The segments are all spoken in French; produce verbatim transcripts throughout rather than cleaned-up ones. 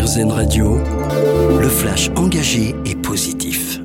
RZN Radio, le flash engagé et positif.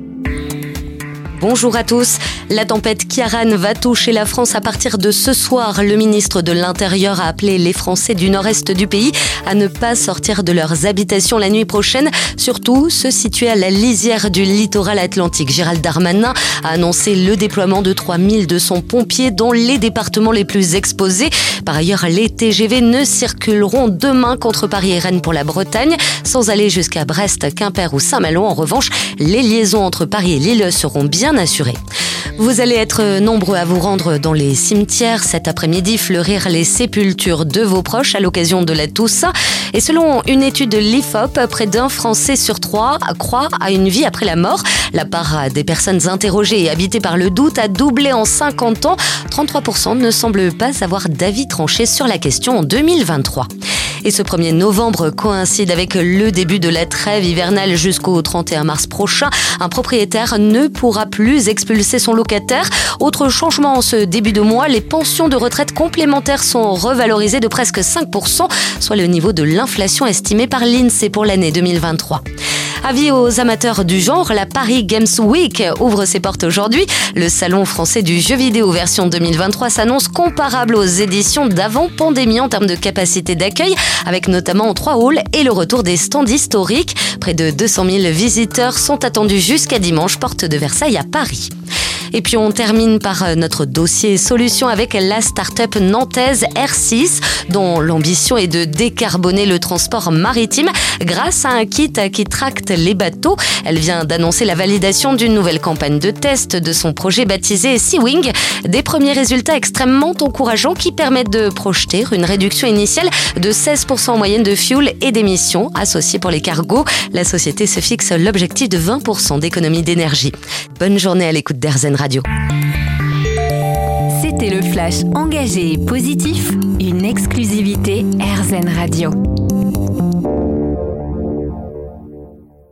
Bonjour à tous. La tempête Ciarán va toucher la France à partir de ce soir. Le ministre de l'Intérieur a appelé les Français du nord-est du pays à ne pas sortir de leurs habitations la nuit prochaine, surtout ceux situés à la lisière du littoral atlantique. Gérald Darmanin a annoncé le déploiement de trois mille deux cents pompiers dans les départements les plus exposés. Par ailleurs, les T G V ne circuleront demain qu'entre Paris et Rennes pour la Bretagne, sans aller jusqu'à Brest, Quimper ou Saint-Malo. En revanche, les liaisons entre Paris et Lille seront bien assurées. Vous allez être nombreux à vous rendre dans les cimetières cet après-midi, fleurir les sépultures de vos proches à l'occasion de la Toussaint. Et selon une étude de l'I F O P, près d'un Français sur trois croit à une vie après la mort. La part des personnes interrogées et habitées par le doute a doublé en cinquante ans. trente-trois pour cent ne semblent pas avoir d'avis tranché sur la question en deux mille vingt-trois. Et ce premier novembre coïncide avec le début de la trêve hivernale jusqu'au trente et un mars prochain. Un propriétaire ne pourra plus expulser son locataire. Autre changement en ce début de mois, les pensions de retraite complémentaires sont revalorisées de presque cinq pour cent, soit le niveau de l'inflation estimé par l'INSEE pour l'année deux mille vingt-trois. Avis aux amateurs du genre, la Paris Games Week ouvre ses portes aujourd'hui. Le salon français du jeu vidéo version deux mille vingt-trois s'annonce comparable aux éditions d'avant-pandémie en termes de capacité d'accueil, avec notamment trois halls et le retour des stands historiques. Près de deux cent mille visiteurs sont attendus jusqu'à dimanche, porte de Versailles à Paris. Et puis on termine par notre dossier solution avec la start-up nantaise R six, dont l'ambition est de décarboner le transport maritime grâce à un kit qui tracte les bateaux. Elle vient d'annoncer la validation d'une nouvelle campagne de test de son projet baptisé Seawing. Des premiers résultats extrêmement encourageants qui permettent de projeter une réduction initiale de seize pour cent en moyenne de fuel et d'émissions associées pour les cargos. La société se fixe l'objectif de vingt pour cent d'économie d'énergie. Bonne journée à l'écoute d'RZN Radio. C'était le flash engagé et positif, une exclusivité RZN Radio.